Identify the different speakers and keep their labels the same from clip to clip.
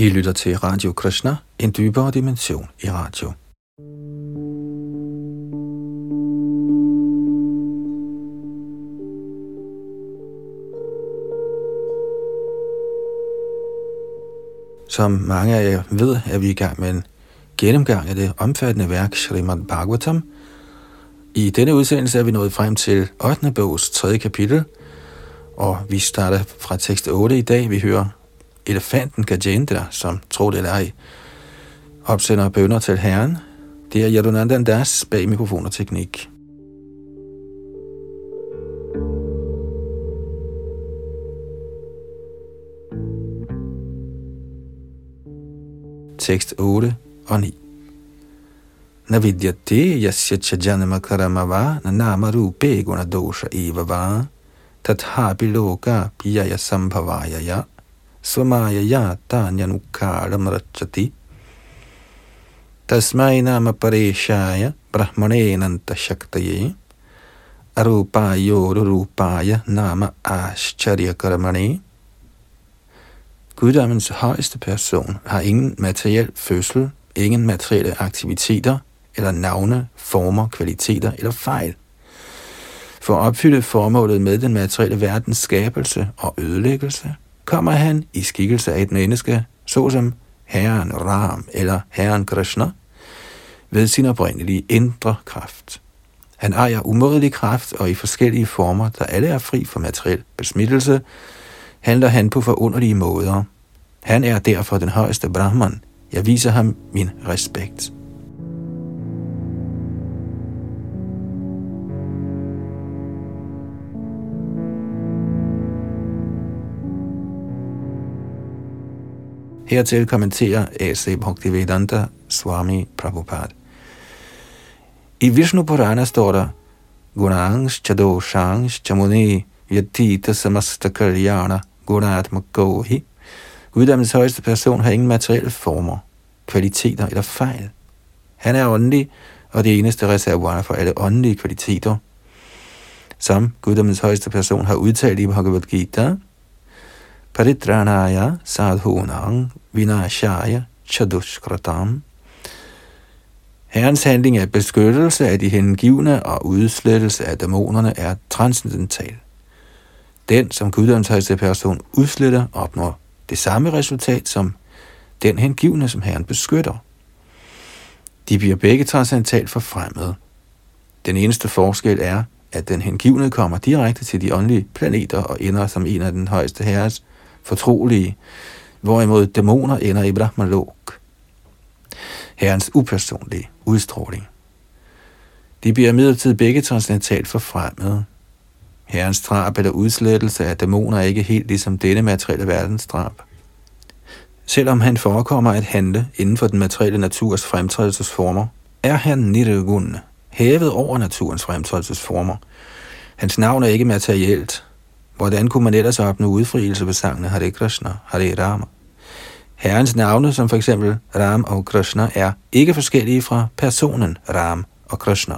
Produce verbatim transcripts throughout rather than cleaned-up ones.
Speaker 1: I lytter til Radio Krishna, en dybere dimension i radio. Som mange af jer ved, er vi i gang med en gennemgang af det omfattende værk Srimad Bhagavatam. I denne udsendelse er vi nået frem til ottende bogs tredje kapitel, og vi starter fra tekst otte i dag. Vi hører elefanten Gajendra, som tror det eller ej, opsender bønner til Herren. Det er Yadunandan Das bag mikrofon og teknik. Tekst otte og ni. Navidyate yasya chajanama karamava nanama rupe guna dosha evava tathapi loka piyaya sambhavaya svamaya tanyanukaram rachati tasmai nama pareshaya brahmane nanta shaktaye arupayo rupaya nama ashcharya karamane. Guddommens højeste person har ingen materiel fødsel, ingen materielle aktiviteter, eller navne, former, kvaliteter eller fejl. For at opfylde formålet med den materielle verdens skabelse og ødelæggelse, kommer han i skikkelse af et menneske, såsom Herren Ram eller Herren Krishna, ved sin oprindelige indre kraft. Han ejer umådelig kraft, og i forskellige former, der alle er fri for materiel besmittelse, handler han på forunderlige måder. Han er derfor den højeste Brahman. Jeg viser ham min respekt. Hertil kommenterer A C Bhaktivedanta Swami Prabhupada. I Vishnu Purana står der Gunangs chadoshangs chamuni yatita samasta kalyana gunatmakohi. Guddommens højeste person har ingen materielle former, kvaliteter eller fejl. Han er åndelig, og det eneste reservoir for alle åndelige kvaliteter. Som Guddommens højeste person har udtalt i Bhagavad Gita, Paritranaya sadhunang vinashaya chadushkratam. Herrens handling af beskyttelse af de hengivne og udslettelse af dæmonerne er transcendental. Den, som Guddommens højeste person udsletter, opnår det samme resultat som den hengivne, som Herren beskytter. De bliver begge transcendentalt forfremmede. Den eneste forskel er, at den hengivne kommer direkte til de åndelige planeter og ender som en af den højeste herres fortrolige, hvorimod dæmoner ender i Brahmalok, Herrens upersonlige udstråling. De bliver imidlertid begge transcendentalt forfremmede. Herrens drab eller udslettelse af dæmoner er ikke helt ligesom denne materielle verdens drab. Selvom han forekommer at handle inden for den materielle naturs fremtrædelsesformer, er han nirguna, hævet over naturens fremtrædelsesformer. Hans navn er ikke materielt. Hvordan kunne man ellers opnå udfrielse ved sangene Hare Krishna, Hare Rama? Herrens navne, som for eksempel Ram og Krishna, er ikke forskellige fra personen Ram og Krishna.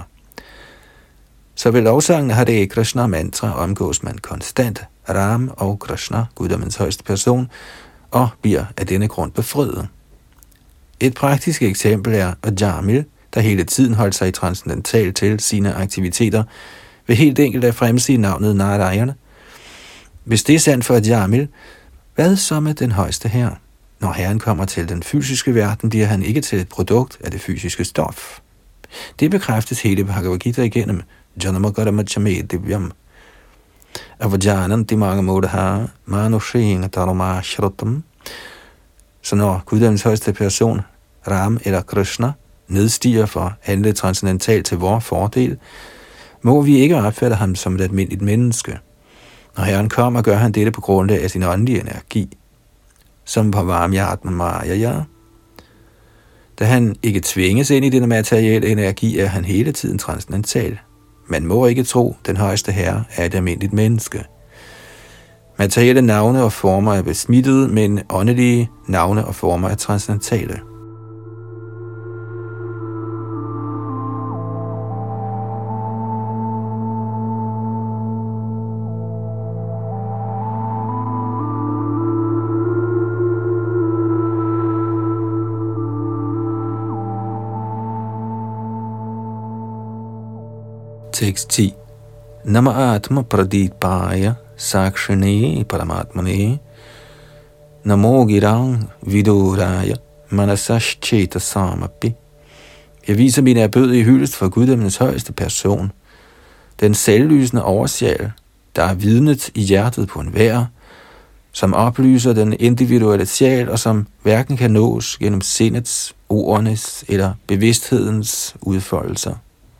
Speaker 1: Så ved lovsangen Hare Krishna mantra omgås man konstant Ram og Krishna, Guddommens højeste person, og bliver af denne grund befriet. Et praktisk eksempel er Ajamil, der hele tiden holdt sig transcendental til sine aktiviteter, ved helt enkelt at fremsige navnet Narayana. Hvis det er sandt for Ajamil, hvad så med den højeste herre? Når Herren kommer til den fysiske verden, bliver han ikke til et produkt af det fysiske stof. Det bekræftes hele Bhagavad Gita igennem Janamakaramachamed Divyam. Avajanan Dimangamodha Manushinga Dharma Shrutam. Så når Guddommens højeste person, Ram eller Krishna, nedstiger for at handle transcendentalt til vores fordel, må vi ikke opfatte ham som et almindeligt menneske. Når Herren kommer, gør han dette på grundlag af sin åndelige energi, som på Varmyatma Maya. Da han ikke tvinges ind i denne materielle energi, er han hele tiden transcendental. Man må ikke tro, den højeste herre er et almindeligt menneske. Materielle navne og former er besmittede, men åndelige navne og former er transcendentale. Tekst ti. Nama atma pradipaya sakshane paramatmane namo girang viduraya manasashcheta samapi. Jeg viser min erbød i hyldest for guddommens højeste person, den selvlysende oversjæl, der er vidnet i hjertet på enhver, som oplyser den individuelle sjæl, og som hverken kan nås gennem sindets, ordenes eller bevidsthedens udfoldelser.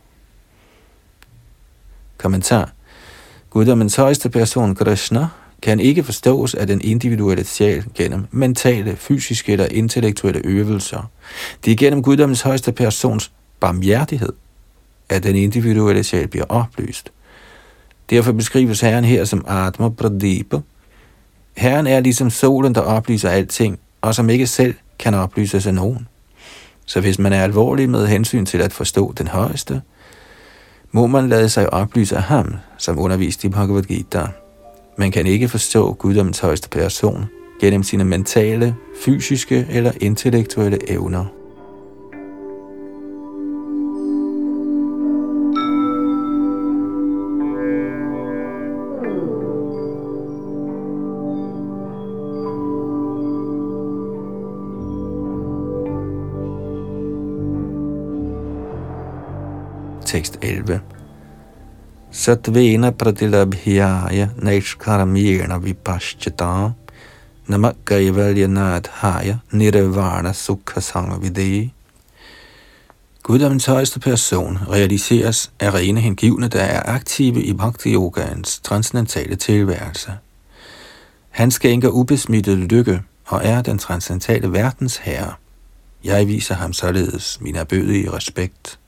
Speaker 1: Kommentar. Guddommens højeste person, Krishna, kan ikke forstås af den individuelle sjæl gennem mentale, fysiske eller intellektuelle øvelser. Det er gennem guddommens højeste persons barmhjertighed, at den individuelle sjæl bliver oplyst. Derfor beskrives Herren her som Atma Pradipa. Herren er ligesom solen, der oplyser alting, og som ikke selv kan oplyses af nogen. Så hvis man er alvorlig med hensyn til at forstå den højeste, må man lade sig oplyse af ham, som undervist i Bhagavad Gita. Man kan ikke forstå guddommens højeste person gennem sine mentale, fysiske eller intellektuelle evner. Tekst elleve. Satvena pratilabhyaya naishkaramyena vipashchata namakaivalyanadhaya nirvana sukha samavide. Guddommens højeste person realiseres af rene hengivne, der er aktive i bhakti-yogaens transcendentale tilværelse. Han skænker ubesmittet lykke og er den transcendentale verdens herre. Jeg viser ham således min erbødige respekt.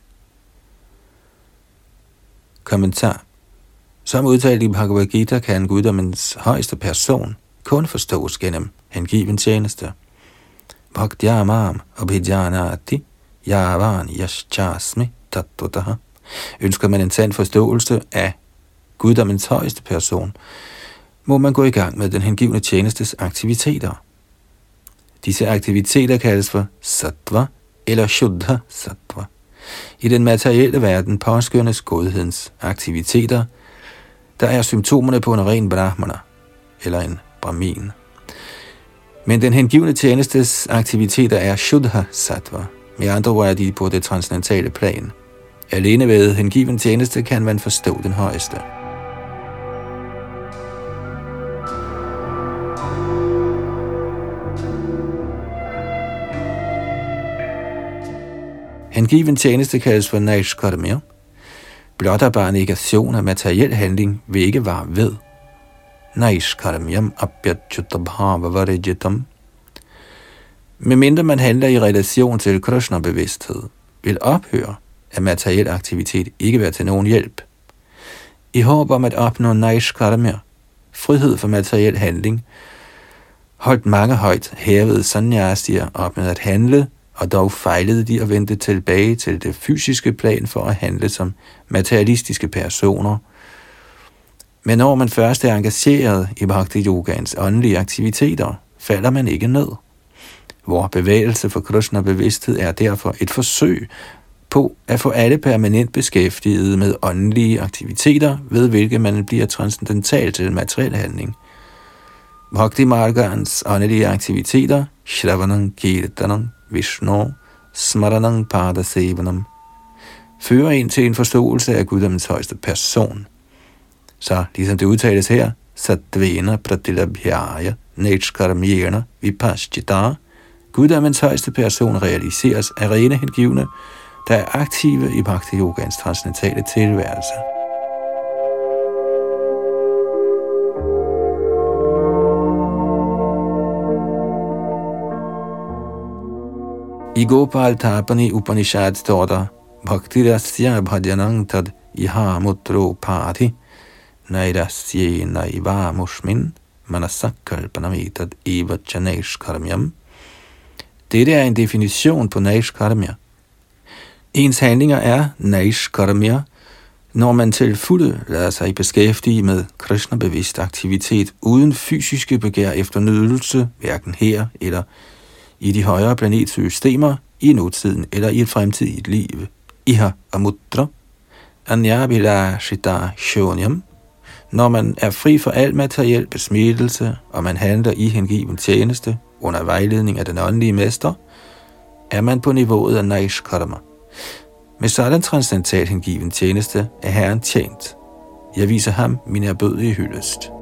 Speaker 1: Kommentar. Som udtalt i Bhagavad Gita kan guddommens højeste person kun forstås gennem hengiven tjeneste. Bhaktyamam abhidyanati yavan yaschasmi tattvataha. Ønsker man en sand forståelse af guddommens højeste person, må man gå i gang med den hengivne tjenestes aktiviteter. Disse aktiviteter kaldes for sattva eller shuddha sattva. I den materielle verden påskønnes godhedens aktiviteter, der er symptomerne på en ren brahmana eller en brahmin. Men den hengivne tjenestes aktiviteter er shuddha sattva, med andre ord er de på det transcendentale plan. Alene ved hengiven tjeneste kan man forstå den højeste. Hengiven tjeneste kaldes for naishkarmya. Blot er bare negation af materiel handling vil ikke vare ved. Naishkarmyam apyachyutabhava varijitam. Medmindre man handler i relation til Krishna-bevidsthed, vil ophøre af materiel aktivitet ikke være til nogen hjælp. I håb om at opnå naishkarmya, frihed for materiel handling, holdt mange højt hævede sannyasier op med at handle, og dog fejlede de at vende tilbage til det fysiske plan for at handle som materialistiske personer. Men når man først er engageret i bhakti-yogaens åndelige aktiviteter, falder man ikke ned. Vor bevægelse for Krishna-bevidsthed er derfor et forsøg på at få alle permanent beskæftiget med åndelige aktiviteter, ved hvilke man bliver transcendental til materiel handling. Bhakti-margans åndelige aktiviteter, Shravanam Kirtanam, Vishnu, Smaranam Padasevanam, fører en til en forståelse af guddommens højeste person. Så ligesom det udtales her, Satvena pratilabhyaya naishkaramyena vipashchita, guddommens højeste person realiseres af rene hengivne, der er aktive i bhakti-yogaens transcendentale tilværelse. I Gopal Tapani Upanishad står der, Bhaktirasya bhajanang tad iha mutro pati, nairasye naiva mushmin, manasakalpanamitad eva chaneshkarmyam. Dette er en definition på naishkarmya. Ens handlinger er naishkarmya, når man til fulde lader sig beskæftige med Krishna-bevidst aktivitet uden fysiske begær efter nydelse, hverken her eller i de højere planetsystemer, i nutiden eller i et fremtidigt liv. Iha amudra, anyabhilashita shonyam. Når man er fri for al materiel besmittelse, og man handler i hengiven tjeneste under vejledning af den åndelige mester, er man på niveauet af Naishkarma. Med sådan transcendental hengiven tjeneste er Herren tjent. Jeg viser ham min erbødige hyldest.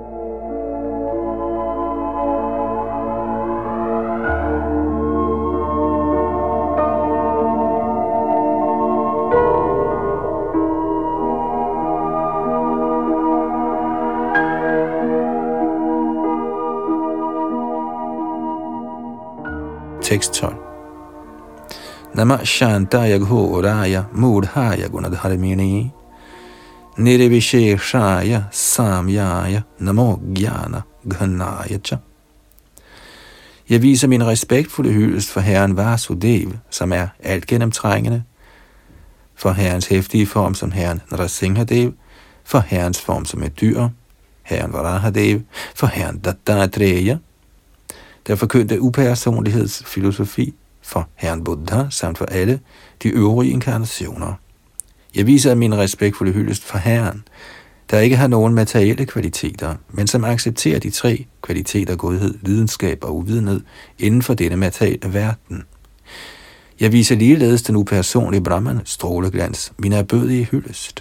Speaker 1: Tekst tolv. Nama Shantaya Ghoraya Mudhaya Gunadharimini Nirvisheshaya Samyaya Namo Gyana Ghanaya Cha. Jeg viser min respektfulde hyldest for Herren Vasudev, som er alt gennemtrængende, for Herrens hæftige form som Herren Nrasinghadev, for Herrens form som et dyr, Herren Varahadev, for Herren Dattatreya, der forkyndte upersonlighedsfilosofi, for Herren Buddha samt for alle de øvrige inkarnationer. Jeg viser min respektfulde hyldest for Herren, der ikke har nogen materielle kvaliteter, men som accepterer de tre kvaliteter godhed, lidenskab og uvidenhed inden for denne materielle verden. Jeg viser ligeledes den upersonlige Brahman stråleglans, min erbødige hyldest.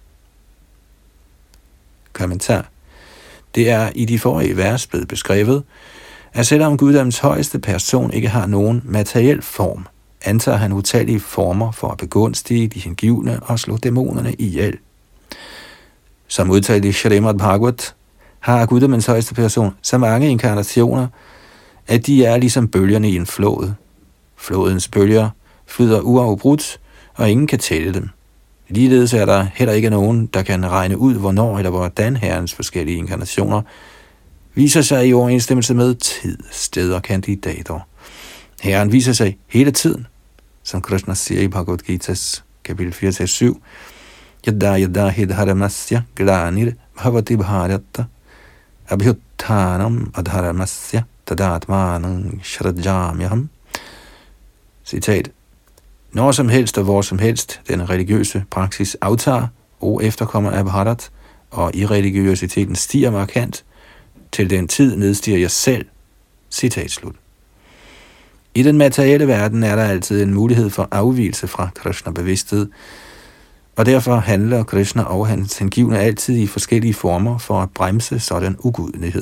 Speaker 1: Kommentar. Det er i de forrige vers blevet beskrevet, at selvom guddommens højeste person ikke har nogen materiel form, antager han utallige former for at begunstige de hengivne og slå dæmonerne ihjel. Som udtalt i Srimad Bhagavat, har guddommens højeste person så mange inkarnationer, at de er ligesom bølgerne i en flod. Flodens bølger flyder uafbrudt, og ingen kan tælle dem. Ligeledes er der heller ikke nogen, der kan regne ud, hvornår eller hvordan Herrens forskellige inkarnationer viser sig i overensstemmelse med tid, sted og kandidater. Herren viser sig hele tiden, som Krishna siger i Bhagavad Gita's kapitel fire til syv. Yada yada hidharamasya glanir bhavati bharata abhyuttanam adharamasya tadatmanam shradjamyaham. Citat. Når som helst og hvor som helst den religiøse praksis aftager, og efterkommer af Bharat, og irreligiøsiteten stiger markant, til den tid nedstiger jeg selv. Citat slut. I den materielle verden er der altid en mulighed for afvigelse fra Krishna-bevidsthed, og derfor handler Krishna og hans hengivne altid i forskellige former for at bremse sådan ugudelighed.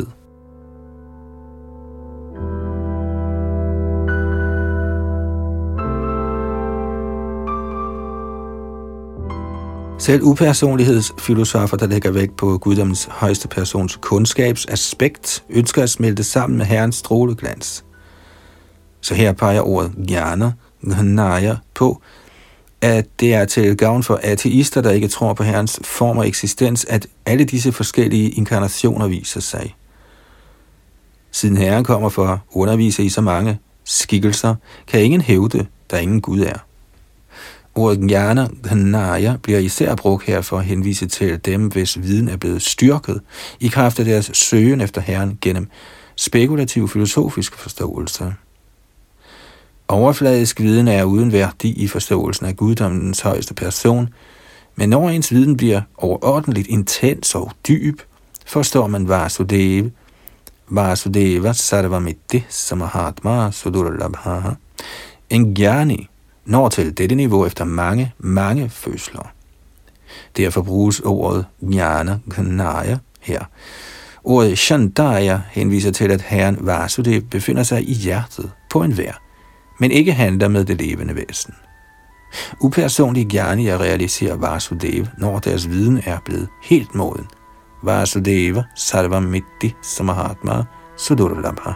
Speaker 1: Selv upersonlighedsfilosofer, der lægger vægt på guddommens højeste persons kundskabsaspekt, ønsker at smelte sammen med Herrens stråleglans. Så her peger ordet Gyana, Ghanaya, på, at det er til gavn for ateister, der ikke tror på Herrens form og eksistens, at alle disse forskellige inkarnationer viser sig. Siden Herren kommer for at undervise i så mange skikkelser, kan ingen hævde, der ingen Gud er. Ordet Jnana Ghanaya bliver især brugt her for at henvise til dem, hvis viden er blevet styrket i kraft af deres søgen efter Herren gennem spekulativ filosofisk forståelse. Overfladisk viden er uden værdi i forståelsen af guddommens højeste person, men når ens viden bliver overordentligt intens og dyb, forstår man Vasudeva, Vasudeva Sarvamitti Samahatma Sudurlabha. En gyani når til dette niveau efter mange, mange fødsler. Derfor bruges ordet Jnana Ghanaya her. Ordet Shantaya henviser til, at Herren Vasudev befinder sig i hjertet på enhver, men ikke handler med det levende væsen. Upersonlige gyanier realiserer Vasudev, når deres viden er blevet helt moden. Vasudeva Sarvamitti Samahatma Sudurlabha.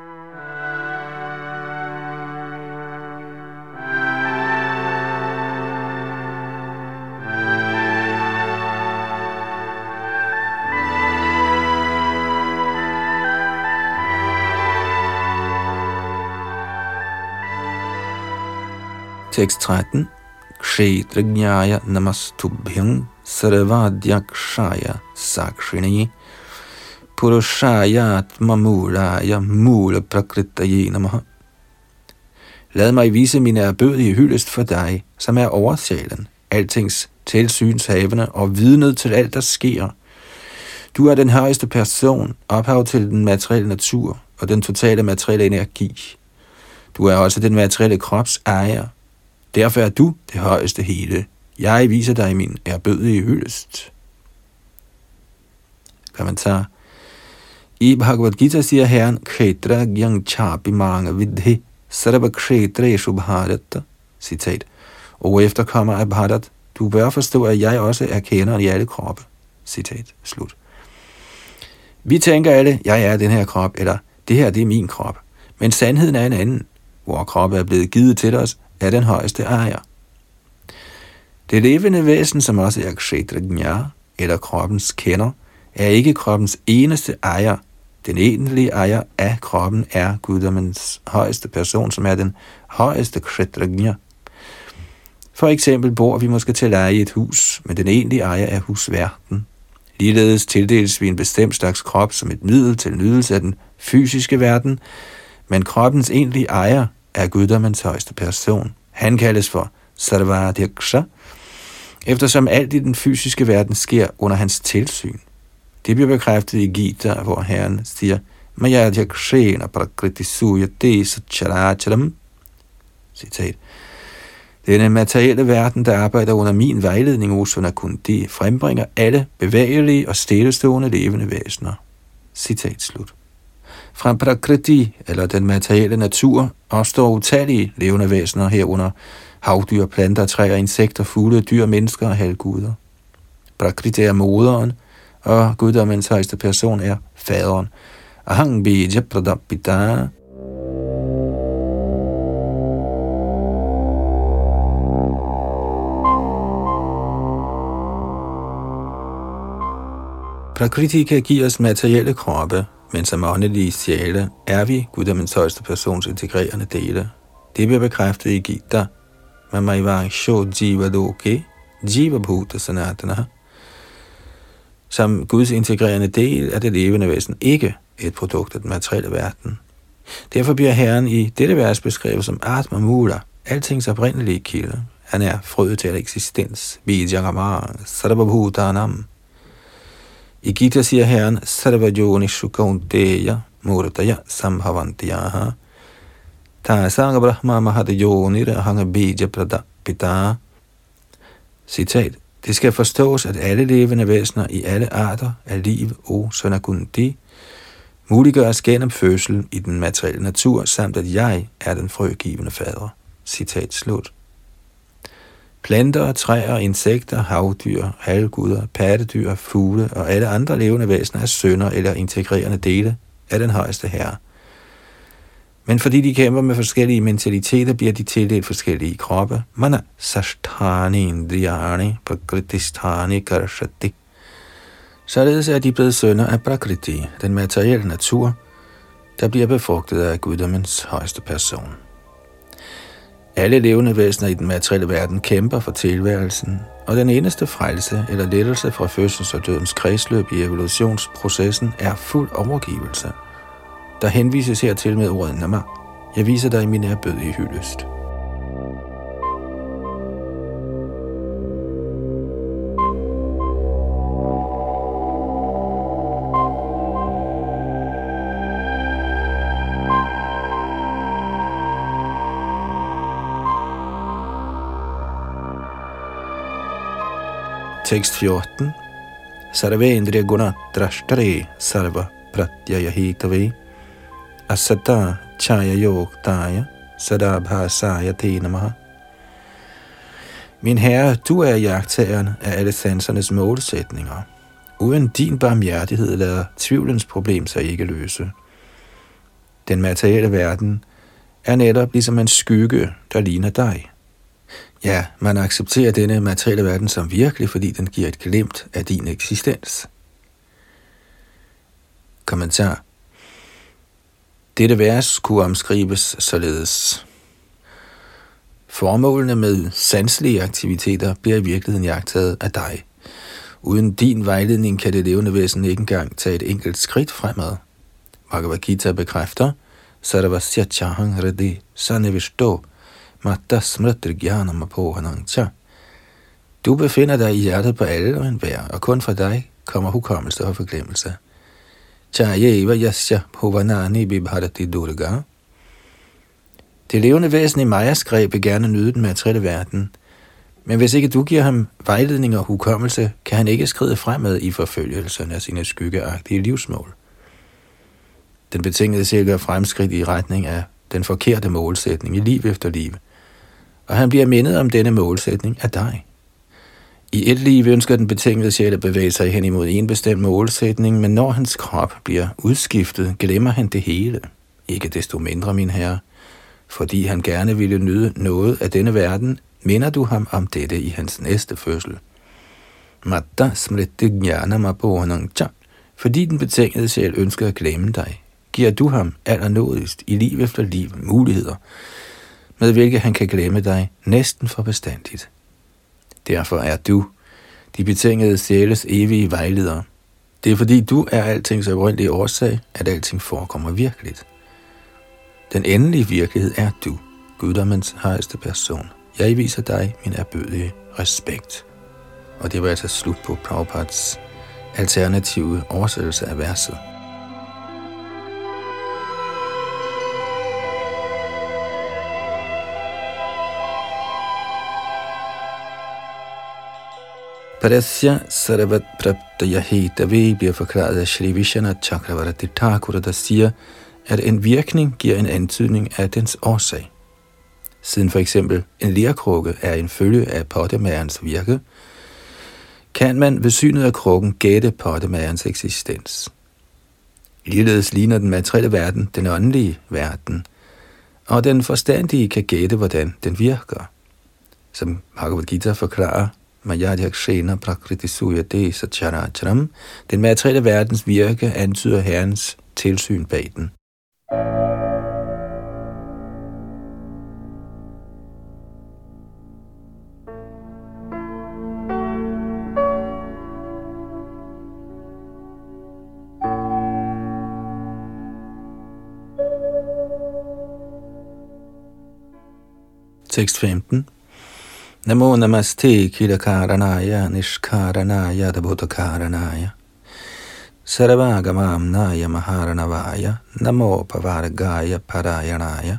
Speaker 1: Tekst tretten. Kshetrajnaya namastubhyang sarvadhyakshaya sakshini purushaya atmamuraya mula prakritaye namaha. Lad mig vise min erbødige hyldest for dig, som er oversjælen, altings tilsynshavende og vidnet til alt, der sker. Du er den højeste person, ophav til den materielle natur og den totale materielle energi. Du er også den materielle krops ejer. Derfor er du det højeste hele. Jeg viser dig min ærbødige hyldest. Kommentar. I Bhagavad Gita siger Herren, Kshetra gyang chapi manga vidhi sarva kshetreshu bharata. Citat. Og efterkommer af Bharat, du bør forstå, at jeg også er kenderen i alle kroppe. Citat. Slut. Vi tænker alle, jeg er den her krop, eller det her det er min krop. Men sandheden er en anden. Hvor kroppen er blevet givet til os, er den højeste ejer. Det levende væsen, som også er kshetrajna, eller kroppens kender, er ikke kroppens eneste ejer. Den egentlige ejer af kroppen er guddommens højeste person, som er den højeste kshetrajna. For eksempel bor vi måske til at leje i et hus, men den egentlige ejer er husværten. Ligeledes tildeles vi en bestemt slags krop som et middel til nydelse af den fysiske verden, men kroppens egentlige ejer er guddommens højeste person. Han kaldes for Sarvadyaksha, eftersom alt i den fysiske verden sker under hans tilsyn. Det bliver bekræftet i Gita, hvor Herren siger, Mayadhyakshena prakritisuyate sacharacharam. Citat. Denne materielle verden, der arbejder under min vejledning, Osuna Kundi, frembringer alle bevægelige og stillestående levende væsener. Citat slut. Fra Prakriti, eller den materielle natur, opstår utallige levende væsener herunder havdyr, planter, træer, insekter, fugle, dyr, mennesker og halvguder. Prakriti er moderen, og guddommens højeste person er faderen. Ahang bija pradapita. Prakriti kan give os materielle kroppe, men som åndelige sjæle er vi guddommens højeste persons integrerende dele. Det bliver bekræftet i Gita. Mamaivangsho jiva loke, jiva bhuta sanatana. Som Guds integrerende del er det levende væsen ikke et produkt af den materielle verden. Derfor bliver Herren i dette vers beskrevet som Atma Mula, altings oprindelige kilde. Han er frøet til eksistens. Bijagama, sarvabhutanam. I Gita siger Herren, Sarvajonishu kaunteya murtaya sambhavantiyaha tasanga brahma mahadajonira hanga bija pradapita. Citat. Det skal forstås, at alle levende væsener i alle arter af liv og Sanakundi muliggøres gennem fødsel i den materielle natur, samt at jeg er den frøgivende fader. Citat slut. Planter, træer, insekter, havdyr, halvguder, pattedyr, fugle og alle andre levende væsener er sønner eller integrerende dele af den højeste herre. Men fordi de kæmper med forskellige mentaliteter, bliver de tildelt forskellige kroppe. Mana sasthani indriyani prakritistani karshati. Således er de blevet sønner af Prakriti, den materielle natur, der bliver befrugtet af guddommens højeste person. Alle levende væsener i den materielle verden kæmper for tilværelsen, og den eneste frelse eller lettelse fra fødsels og dødens kredsløb i evolutionsprocessen er fuld overgivelse. Der henvises hertil med ordet nama. Jeg viser dig min ærbødige hyldest. Tekst fjorten. Sarvendriya guna drashtare sarva pratyaya hitave asata chaya yoktaya sadabhasaya te namaha. Min herre, du er iagttageren af alle sansernes målsætninger. Uden din barmhjertighed lader tvivlens problem sig ikke løse. Den materielle verden er netop ligesom en skygge, der ligner dig. Ja, man accepterer denne materielle verden som virkelig, fordi den giver et glimt af din eksistens. Kommentar. Dette vers kunne omskrives således. Formålene med sanselige aktiviteter bliver i virkeligheden iagttaget af dig. Uden din vejledning kan det levende væsen ikke engang tage et enkelt skridt fremad. Bhagavad Gita bekræfter, Sarvasya chahang radi sanevishto matta smritrigyanam apohanangcha. Du befinder dig i hjertet på alle og enhver, og kun fra dig kommer hukommelse og forglemmelse. Chayeva yasya bhuvanani bibharati durga. Det levende væsen i Majas greb vil gerne nyde den materielle verden, men hvis ikke du giver ham vejledning og hukommelse, kan han ikke skride fremad i forfølgelsen af sine skyggeagtige livsmål. Den betingede sjæl gør fremskridt i retning af den forkerte målsætning i liv efter liv, og han bliver mindet om denne målsætning af dig. I et liv ønsker den betingede sjæl at bevæge sig hen imod en bestemt målsætning, men når hans krop bliver udskiftet, glemmer han det hele. Ikke desto mindre, min herre, fordi han gerne ville nyde noget af denne verden, minder du ham om dette i hans næste fødsel. Matta smritti jnana mapohanangcha. Fordi den betingede sjæl ønsker at glemme dig, giver du ham allernådigst i liv efter liv muligheder, med hvilke han kan glemme dig næsten for bestandigt. Derfor er du de betingede sjæles evige vejleder. Det er fordi du er altings oprindelige årsag, at alting forekommer virkeligt. Den endelige virkelighed er du, guddommens højeste person. Jeg viser dig min erbødige respekt. Og det var altså slut på Prabhupads alternative oversættelse af verset. Parasya Sarvat Praptaya Hetave bliver forklaret af Shri Vishwanath Chakravarti Thakur, der siger, at en virkning giver en antydning af dens årsag. Siden for eksempel en lerkrukke er en følge af pottemagerens virke, kan man ved synet af krukken gætte pottemagerens eksistens. Ligeledes ligner den materielle verden den åndelige verden, og den forstandige kan gætte, hvordan den virker. Som Bhagavad Gita forklarer, Mayadhyakshena prakritisuyate sacharacharam, den materielle verdens virke antyder Herrens tilsyn bag den. Tekst femten. Namo namaste kilakaranaya nishkaranaya dabhutakaranaya sarvagamam naya maharanavaya namo pavargaya parayanaya.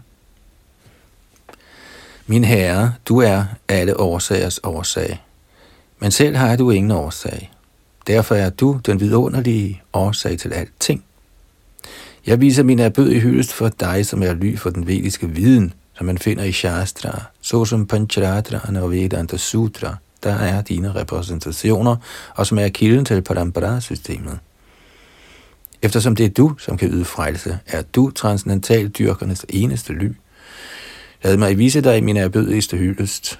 Speaker 1: Min herre, du er alle årsagers årsag, men selv har du ingen årsag. Derfor er du den vidunderlige årsag til alting. Jeg viser min erbødige hyldest for dig, som er ly for den vediske viden, som man finder i Shastra, såsom Pancharatra'erne og Vedanta Sutra, der er dine repræsentationer, og som er kilden til Parampara-systemet. Eftersom det er du, som kan yde frelse, er du transcendentaldyrkernes eneste ly. Lad mig vise dig min erbødigste hyldest.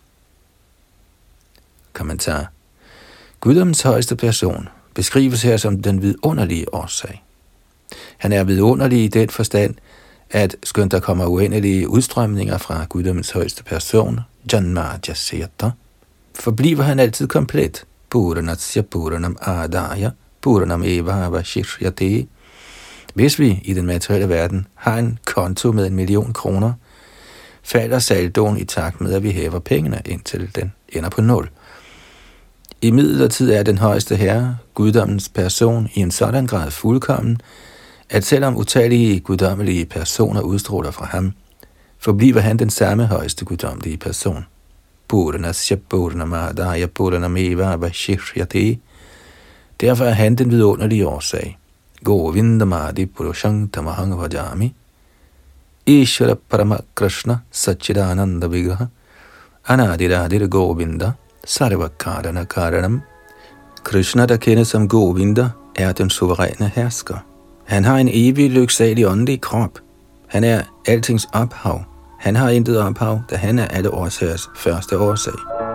Speaker 1: Kommentar. Guddommens højeste person beskrives her som den vidunderlige årsag. Han er vidunderlig i den forstand, at skønt der kommer uendelige udstrømninger fra guddommens højeste person, Janmadya Seta, forbliver han altid komplet. Puranatsya Puranam Adaya, Puranam Eva Vashishyate. Hvis vi i den materielle verden har en konto med en million kroner, falder saldoen i takt med, at vi hæver pengene, indtil den ender på nul. I midlertid er den højeste herre, guddommens person, i en sådan grad fuldkommen, at selvom utallige guddommelige personer udstråler fra ham, forbliver han den samme højeste guddommelige person. Puranasya Puranamadaya Puranameva Vashishyate. Derfor er han den vidunderlige årsag. Govindamadi Purushang Tamahang Vajami. Ishvara Parama Krishna Satchidananda Vigraha Anadiradir Govinda Sarva Karana Karanam. Krishna, der kendes som Govinda, er den suveræne hersker. Han har en evig lyksalig åndelig krop. Han er altings ophav. Han har intet ophav, da han er alle årsagers første årsag.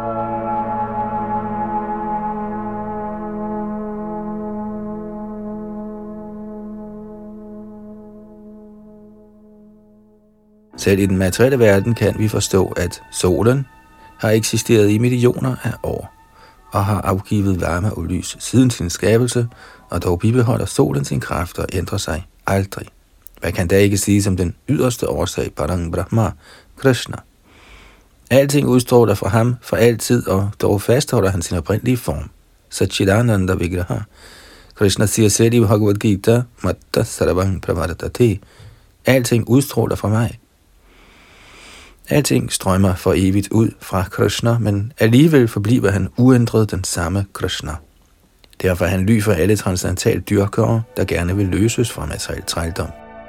Speaker 1: Selv i den materielle verden kan vi forstå, at solen har eksisteret i millioner af år og har afgivet varme og lys siden sin skabelse, og dog bibeholder solen sin kraft og ændrer sig aldrig. Hvad kan da ikke sige som den yderste årsag, Parang Brahma, Krishna? Alting udstråler fra ham for altid, og dog fastholder han sin oprindelige form. Satchidananda Vigraha. Krishna siger selv i Bhagavad Gita, Matta Sarvang Pravardhati. Alting udstråler fra mig. Alting strømmer for evigt ud fra Krishna, men alligevel forbliver han uændret den samme Krishna. Derfor er han ly for alle transcendental dyrkere, der gerne vil løses fra materiel trældom.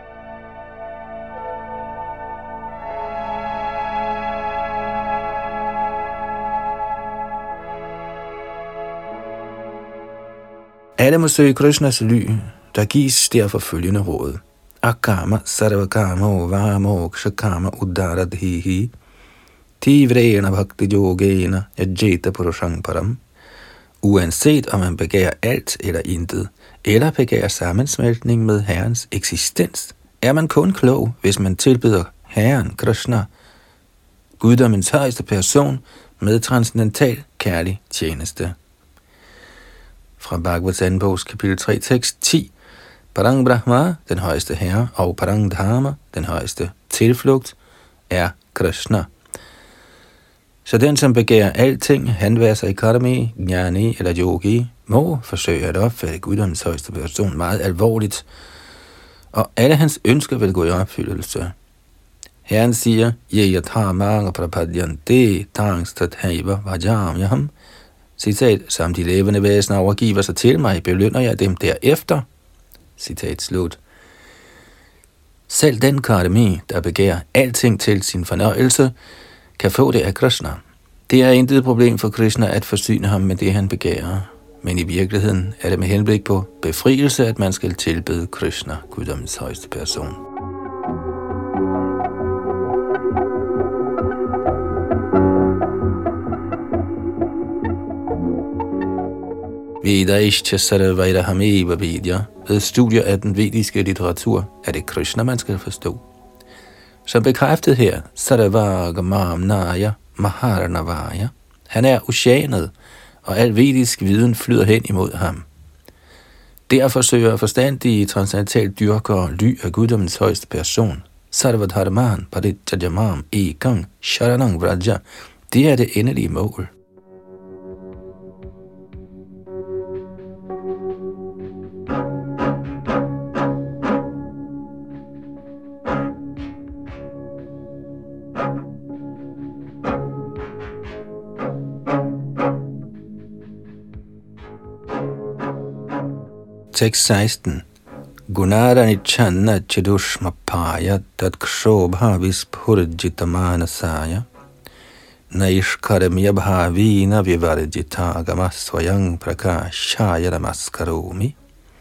Speaker 1: Alle må søge Krishnas ly, der gives derfor følgende råd. Akama sarvakamo vamoksakama uddaradhihi tivrena bhakti yogena yajeta purushang param. Uanset om man begærer alt eller intet, eller begærer sammensmeltning med Herrens eksistens, er man kun klog, hvis man tilbeder Herren Krishna, guddommens højeste person, med transcendental kærlig tjeneste. Fra Bhagavats anden bogs kapitel tre, tekst ti. Parang Brahma, den højeste herre, og Parang Dharma, den højeste tilflugt, er Krishna. Så den, som begærer alting, han være sig karmi, jnani eller yogi, må forsøge at opfatte guddommens højeste person meget alvorligt, og alle hans ønsker vil gå i opfyldelse. Herren siger, Yeyathama prapadyante tangstathaiva vajamyaham. Citat, som de levende væsener overgiver sig til mig, belønner jeg dem derefter. Citat slut. Selv den karmi, der begærer alting til sin fornøjelse, kan få det af Krishna. Det er intet problem for Krishna at forsyne ham med det, han begærer. Men i virkeligheden er det med henblik på befrielse, at man skal tilbede Krishna, guddommens højeste person. Vedaishcha sarvairahamiva vidya. Ved studier af den vediske litteratur er det Krishna, man skal forstå. Som bekræftet her, Sarvagamam Naya Maharanavaya. Han er oceanet, og al vedisk viden flyder hen imod ham. Derfor søger forstandige transcendental dyrkere ly af guddommens højeste person. Sarvadharman Paritjajamam Ekang Sharanang Vraja. Det er det endelige mål. Tekst seksten. Gunarani channa chidushmapaya tatkshobha vispurjitamanasaya naishkaramya bhavina vivarjitagama swayang prakashaya namaskaromi.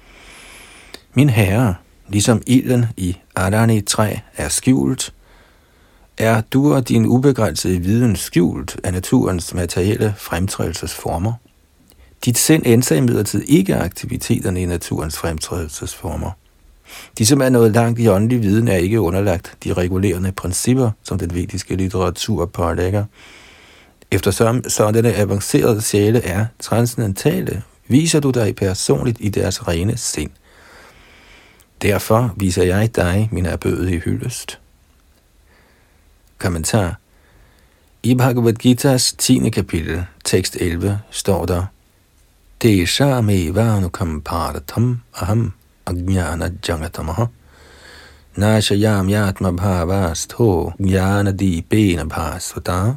Speaker 1: Min herre, ligesom ilden i Adani træ er skjult, er du og din ubegrænsede viden skjult af naturens materielle fremtrædelsesformer. Dit sind ændrer imidlertid ikke aktiviteterne i naturens fremtrædelsesformer. De, som er nået langt i åndelig viden, er ikke underlagt de regulerende principper, som den vediske litteratur pålægger. Eftersom sådanne avancerede sjæle er transcendentale, viser du dig personligt i deres rene sind. Derfor viser jeg dig min erbødige hyldest. Kommentar. I Bhagavad Gita's tiende kapitel, tekst elleve, står der: Deshame vanukam paratam aham ajnana jangatamaha nashayam yatma bhavastho jnana dibena bhasvata.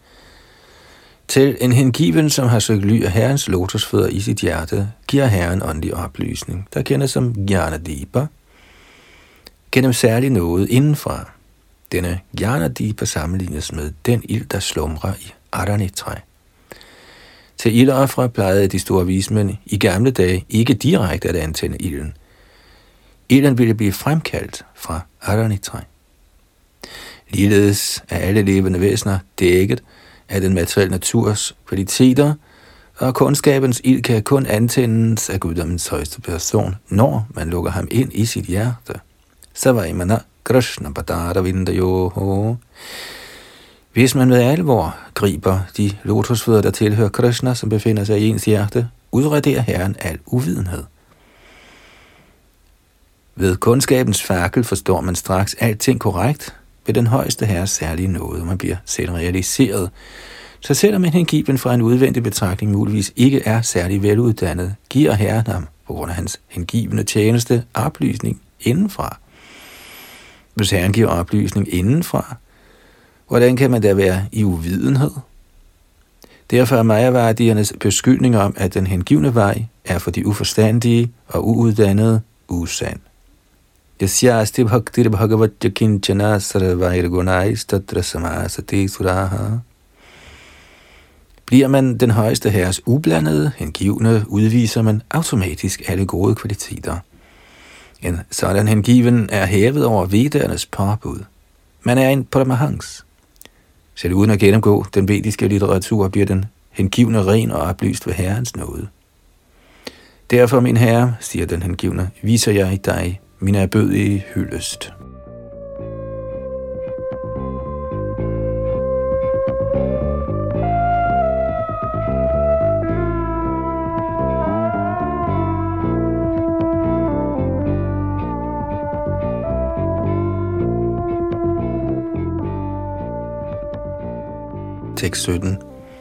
Speaker 1: Til en hengiven, som har søgt ly af Herrens lotusfødder i sit hjerte, giver Herren åndelig oplysning, der kendes som Jnanadipa, gennem særlig noget indenfra. Denne Jnanadipa sammenlignes med den ild, der slumrer i Adani-træ. Til ildofre plejede de store vismænd i gamle dage ikke direkte at antænde ilden. Ilden ville blive fremkaldt fra Adani-træ. Ligeledes er alle levende væsener dækket af den materielle naturs kvaliteter, og kundskabens ild kan kun antændes af guddommens højeste person, når man lukker ham ind i sit hjerte. Savaimana Krishna Padara Vindayoho. Hvis man med alvor griber de lotusfødder, der tilhører Krishna, som befinder sig i ens hjerte, udraderer Herren al uvidenhed. Ved kundskabens fakkel forstår man straks alting korrekt, ved den højeste herres særlige nåde, man bliver selv realiseret. Så selvom en hengiven fra en udvendig betragtning muligvis ikke er særlig veluddannet, giver herren ham, på grund af hans hengivende tjeneste, oplysning indenfra. Hvis herren giver oplysning indenfra, hvordan kan man da være i uvidenhed? Derfor er Mayavadiernes beskyldning om, at den hengivne vej er for de uforstandige og uuddannede usand. Yasyasti bhaktir bhagavatya kinchana sarvairgunais tatra samasati suraha. Bliver man den højeste herres ublandede, hengivne, udviser man automatisk alle gode kvaliteter. En sådan hengiven er hævet over vedernes påbud. Man er en paramahans. Selv uden at gennemgå den vediske litteratur, bliver den hengivne ren og oplyst ved herrens nåde. Derfor, min herre, siger den hengivne, viser jeg dig min ærbødige hyldest. Tekst sytten.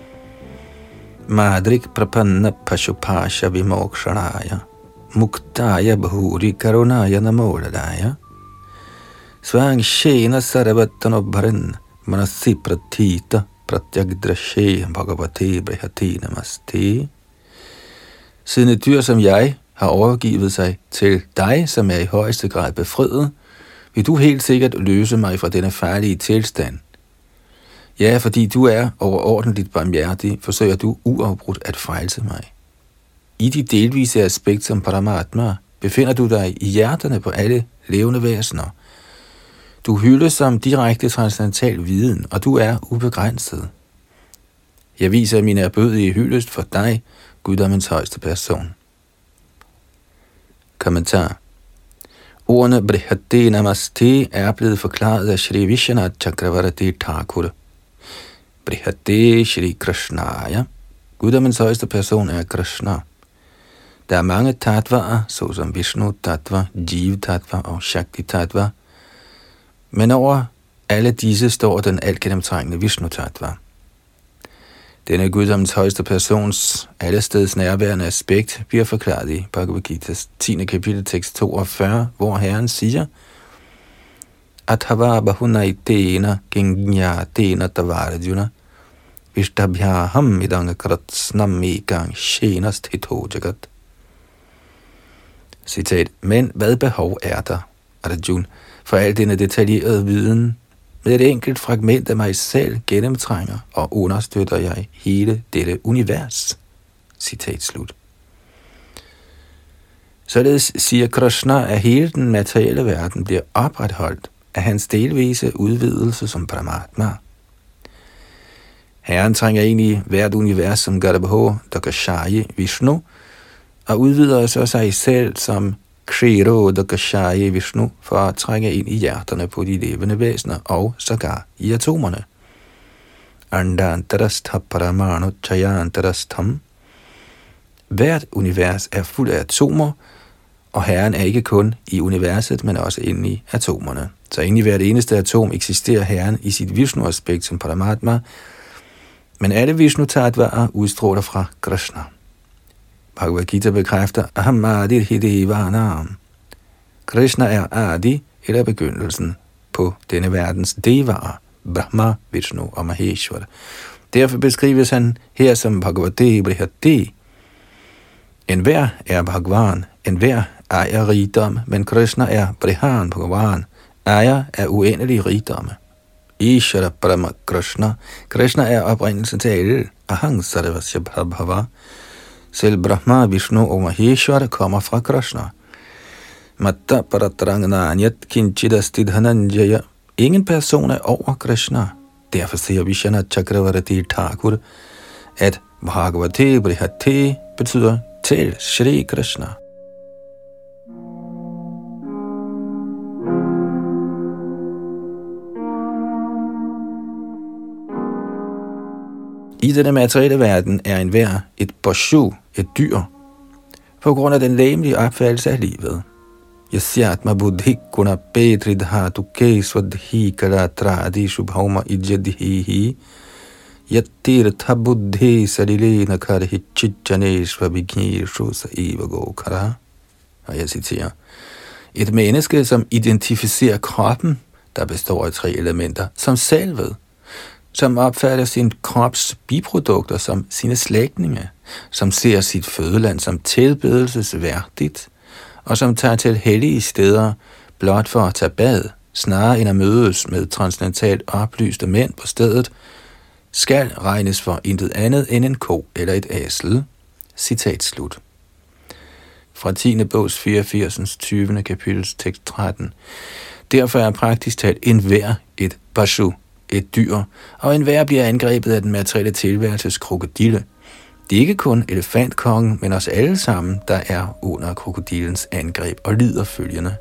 Speaker 1: Madrik prapanna pashupasha vimokshanaya muktaya bahuri karunaya namoladaya svang shena sarvatanobharan manasi pratita pratyagdrashe bhagavate brihati namaste. Siden et dyr som jeg har overgivet sig til dig, som er i højeste grad befriet, vil du helt sikkert løse mig fra denne farlige tilstand. Ja, fordi du er overordentligt barmhjertig, forsøger du uafbrudt at frelse mig. I de delvise aspekt som Paramatma befinder du dig i hjerterne på alle levende væsener. Du hyldes som direkte transcendental viden, og du er ubegrænset. Jeg viser min ærbødige hyldest for dig, guddommens højeste person. Kommentar. Ordene Brihati Namaste er blevet forklaret af Shri Vishwanath Chakravarti Thakur. Brihati Shri Krishnaya. Guddommens højeste person er Krishna. Der er mange tattvaer, såsom Vishnu tattva, Jiv tattva og Shakti tattva. Men over alle disse står den altgennemtrængende Vishnu tattva. Denne guddommens højeste persons allesteds nærværende aspekt bliver forklaret i Bhagavad Gita's tiende kapitel tekst toogfyrre, hvor Herren siger: Athava bahunaitena gingyatena tavarjuna vishtabhyaham idanga kratsnam ekang shenas thito jagat. Citat. Men hvad behov er der, Arjuna, for al denne detaljerede viden? Med et enkelt fragment af mig selv gennemtrænger og understøtter jeg hele dette univers. Citat slut. Således siger Krishna, at hele den materielle verden bliver opretholdt af hans delvise udvidelse som Paramatma. Herren trænger ind i hvert univers som Garbho Dakashayi Vishnu, og udvider så sig selv som Kshiro Dakashayi Vishnu for at trænge ind i hjerterne på de levende væsener og sågar i atomerne. Andantarastha Paramanu Chayantarastham. Hvert univers er fuld af atomer, og Herren er ikke kun i universet, men også inde i atomerne. Så inde i hvert eneste atom eksisterer Herren i sit Vishnu-aspekt som Paramatma, men alle Vishnu-tattvaer udstråler fra Krishna. Bhagavad Gita bekræfter Aham Adi Hidevanam. Krishna er Adi, eller begyndelsen, på denne verdens devaer, Brahma, Vishnu og Maheshwara. Derfor beskrives han her som Bhagavate Brihati. Enhver er Bhagwan, enhver ejer rigdom, men Krishna er Brihan Bhagavan, ejer af uendelige rigdomme. Ishara Brahma Krishna. Krishna er oprindelsen til alle. Ahang Sarvasya Prabhava. Selv Brahma, Vishnu og Maheshwara kommer fra Krishna. Matta Paratranganyat Kinchidasti Dhananjaya. Ingen person er over Krishna. Derfor siger Vishwanath Chakravarti Thakur, at Bhagavate Brihati betyder til Shri Krishna. I denne materielle verden er enhver et bashu, et dyr, på grund af den legemlige opfattelse af livet. Yasyatma buddhi guna petridhatu keswadhi karatradi shubhauma ijadhihi yattirtha buddhi salilena karhi chitjaneshva vigneshu saiva gokara. Og jeg citerer: et menneske, som identificerer kroppen, der består af tre elementer, som selvet, som opfatter sin krops biprodukter som sine slægtninge, som ser sit fødeland som tilbedelsesværdigt, og som tager til hellige steder blot for at tage bad, snarere end at mødes med transcendentalt oplyste mænd på stedet, skal regnes for intet andet end en ko eller et æsel. Citat slut. Fra tiende bogs fireogfirs. tyvende kapitels tekst tretten. Derfor er praktisk talt enhver et bashu, et dyr, og enhver bliver angrebet af den materielle tilværelses krokodille. Det er ikke kun elefantkongen, men også alle sammen, der er under krokodillens angreb og lider følgende.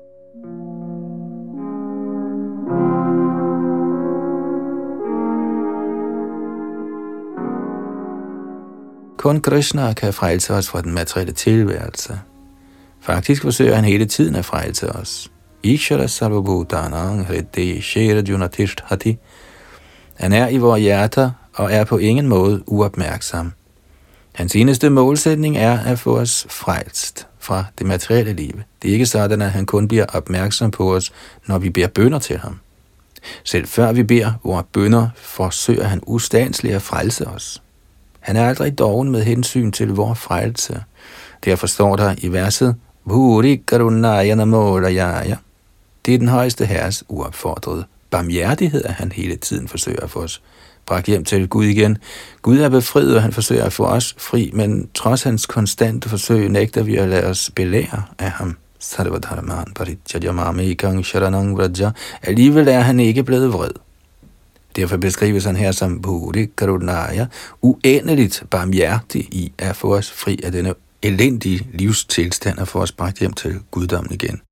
Speaker 1: Kun Krishna kan frelse os fra den materielle tilværelse. Faktisk forsøger han hele tiden at frelse os. Ishara sarvabhutanang hridde sherajuna tishthati. Han er i vores hjerter og er på ingen måde uopmærksom. Hans eneste målsætning er at få os frelst fra det materielle liv. Det er ikke sådan, at han kun bliver opmærksom på os, når vi beder bønner til ham. Selv før vi beder vores bønner, forsøger han ustandsligt at frelse os. Han er aldrig doven med hensyn til vores frelse. Derfor står der i verset, Bhuri karunaya namorayaya. Det er den højeste herres uopfordrede barmhjertighed, at han hele tiden forsøger at få os bragt hjem til Gud igen. Gud er befriet, og han forsøger at få os fri, men trods hans konstante forsøg nægter vi at lade os belære af ham. Alligevel er han ikke blevet vred. Derfor beskrives han her som Bhuri Karunaya, uendeligt barmhjertig i at få os fri af denne elendige livstilstand og få os bragt hjem til guddommen igen.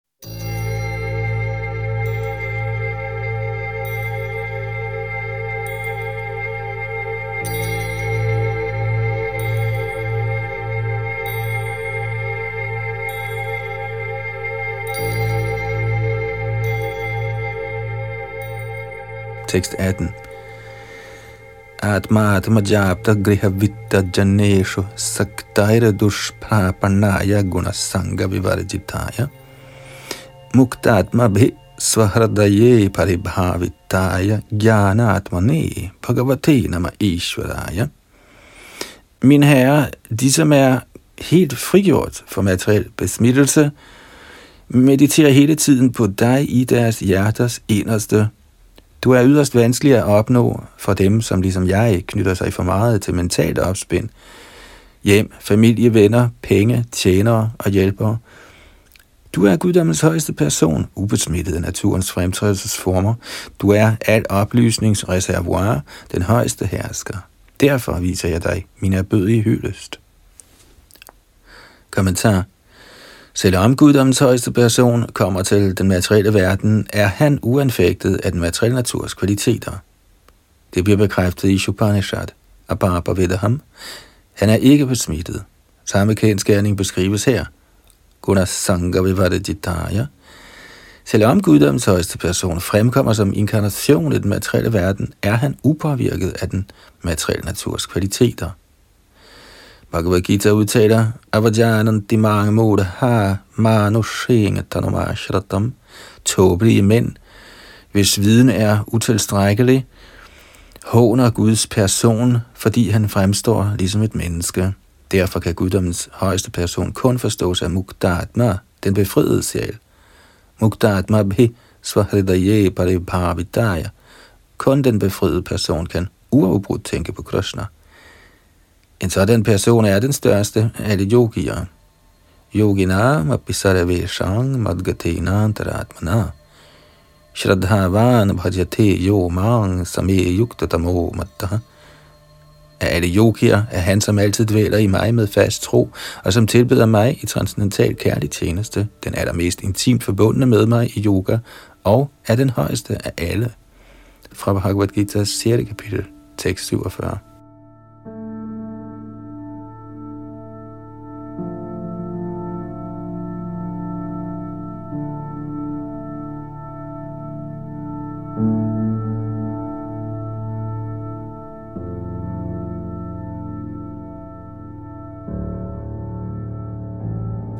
Speaker 1: Tekst atten. Atma atma jabta griha vitta janeshu saktaira dushprapanaya gunasanga vivarjitaya muktatma bhi svahradaye paribhavitaya jnanatmane bhagavate nama ishvaraya. Min herre, de som er helt frigjort for materiel besmittelse, mediterer hele tiden på dig i deres hjerters inderste. Du er yderst vanskelig at opnå for dem, som ligesom jeg knytter sig for meget til mentalt opspind. Hjem, familie, venner, penge, tjenere og hjælpere. Du er guddommens højeste person, ubesmittet af naturens fremtrædelsesformer. Du er al oplysningsreservoir, den højeste hersker. Derfor viser jeg dig min erbødige hyldest. Kommentar. Selvom guddommens højeste person kommer til den materielle verden, er han uanfægtet af den materielle naturs kvaliteter. Det bliver bekræftet i Upanishad. Abhapa Vedaham. Han er ikke besmittet. Samme kendsgerning beskrives her. Gunasanga Vivarjitaya. Selvom guddommens højeste person fremkommer som inkarnation i den materielle verden, er han upåvirket af den materielle naturs kvaliteter. Bhagavad Gita udtaler, Avajananti mange moda har manushengatanumashratam, tåbelige mænd, hvis viden er utilstrækkelig, håner Guds person, fordi han fremstår ligesom et menneske. Derfor kan guddommens højeste person kun forstås af Muktatma, den befriede sjæl. Muktatma bhi svahridaye paribhavitaya. Kun den befriede person kan uafbrudt tænke på Krishna. En sådan person er den største af alle yogier. Yogina mapisarveshang madgatena antaratmana. Shraddhavan bhajate yomang same yuktatamo matta. Af alle yogier er han, som altid dvæler i mig med fast tro, og som tilbeder mig i transcendental kærlig tjeneste. Den er der mest intimt forbundne med mig i yoga, og er den højeste af alle. Fra Bhagavad Gita's sjette kapitel, tekst syvogfyrre.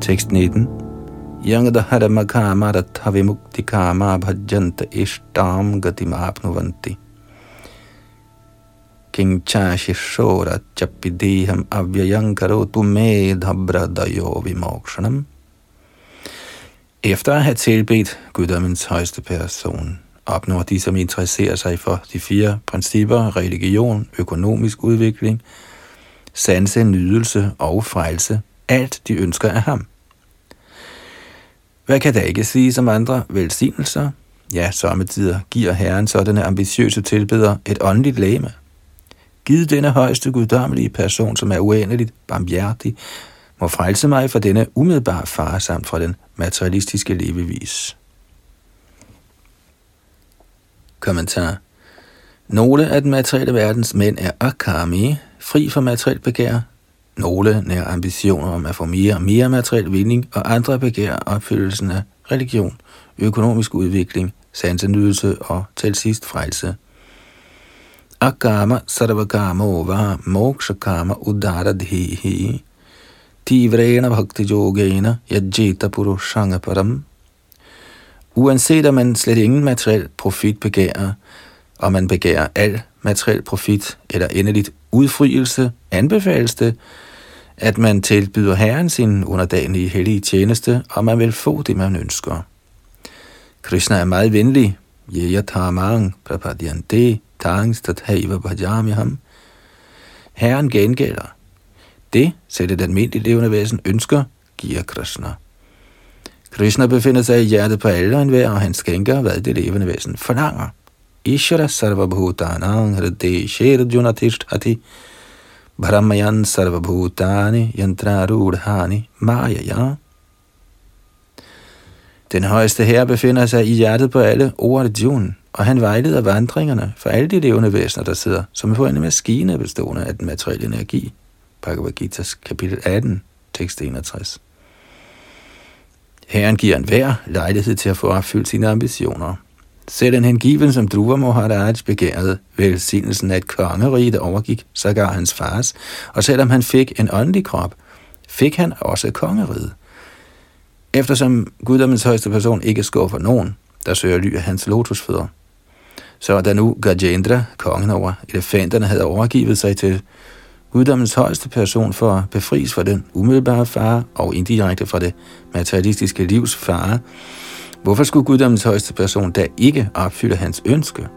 Speaker 1: Tekst nitten. Yangdahara makama rathavimukti kama bhajanta ishtam gatim apnuvanti. Kingchashishora chapideham avyayankarotu medhabradayo vimokshanam. Efter at have tilbedt guddommens højeste person, opnår de, som interesserer sig for de fire principper, religion, økonomisk udvikling, sanse, nydelse og frelse, alt de ønsker af ham. Hvad kan der ikke sige som andre velsignelser? Ja, sommetider giver Herren sådanne ambitiøse tilbedere et åndeligt legeme. Giv denne højeste guddommelige person, som er uendeligt barmhjertig, må frelse mig fra denne umiddelbare fare samt fra den materialistiske levevis. Kommentar. Nogle af den materielle verdens mænd er akami, fri for materielt begær. Nogle nær ambitioner om at få mere og mere materiel vinding, og andre begær opfyldelsen af religion, økonomisk udvikling, sansenydelse og til sidst frelse. Akama sarvakama ova mokshakama udaradhehi tivrena bhakti yogena yajeta purushanga param. Uanset om man slet ingen materiel profit begærer, og man begærer al materiel profit eller endeligt udfrielse, anbefales det, at man tilbyder Herren sin underdanige hellige tjeneste, og man vil få det, man ønsker. Krishna er meget venlig. Yeyatamang prapadyante tangs tathaiva bhajamiham. Herren gengælder. Det, selv et almindeligt levende væsen ønsker, giver Krishna. Krishna befinder sig i hjertet på alle og enhver, og han skænker, hvad det levende væsen forlanger. Ishvara sarvabhutanang hridhe sherjunatishthati brahmayan sarvabhutani yantrarudhani mayaya. Den højeste herre befinder sig i hjertet på alle, o Arjuna, og han vejleder vandringerne for alle de levende væsener, der sidder som på en maskine bestående af den materielle energi. Bhagavad Gita's kapitel atten, tekst enogtres. Herren giver enhver lejlighed til at få opfyldt sine ambitioner. Selv en hengiven som Dhruva Maharaj begærede velsignelsen af et kongerige, der overgik sågar hans fars, og selvom han fik en åndelig krop, fik han også kongeriget. Eftersom guddommens højeste person ikke skuffer nogen, der søger ly af hans lotusfødder. Så da nu Gajendra, kongen over elefanterne, havde overgivet sig til guddommens højeste person for at befries fra den umiddelbare fare og indirekte fra det materialistiske livs fare, hvorfor skulle guddommens højeste person da ikke opfylde hans ønske?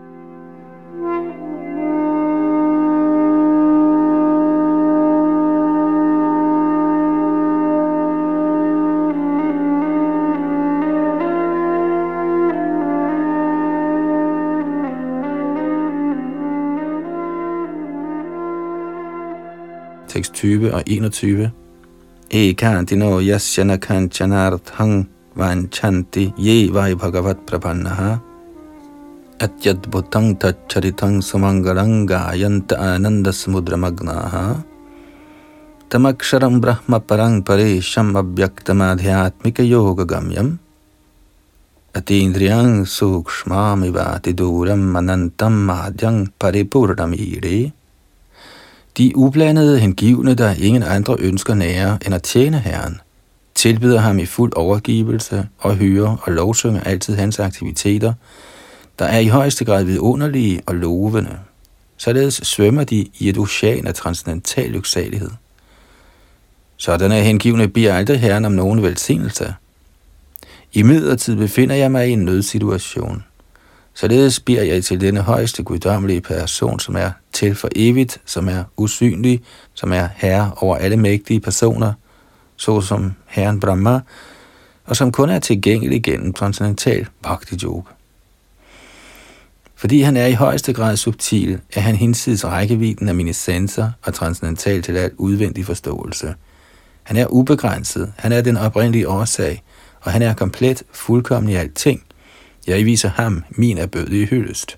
Speaker 1: Tekst tyve og enogtyve. Ekantino yasyana kanchanarthang vanchanti ye vai bhagavat prapannaha atyadbhutang taccharitang sumangalanga yanta ananda samudramagnaha tamaksharam brahma parang paresham abhyaktamadhyatmika yoga gamyam atindriyang sukshmamivati duram anantam madhyang paripurnam ire. De ublandede hengivne, der ingen andre ønsker nære end at tjene Herren, tilbyder ham i fuld overgivelse og hører og lovsynger altid hans aktiviteter, der er i højeste grad vidunderlige og lovende. Således svømmer de i et ocean af transcendental lyksalighed. Sådanne hengivne beder aldrig Herren om nogen velsignelse. Imidlertid befinder jeg mig i en nødsituation. Således beder jeg til denne højeste guddommelige person, som er til for evigt, som er usynlig, som er herre over alle mægtige personer, såsom Herren Brahma, og som kun er tilgængelig gennem transcendental bhakti yoga. Fordi han er i højeste grad subtil, er han hinsides rækkevidden af mine sanser og transcendental til al udvendig forståelse. Han er ubegrænset, han er den oprindelige årsag, og han er komplet fuldkommen i alting. Jeg viser ham min erbødige hyldest.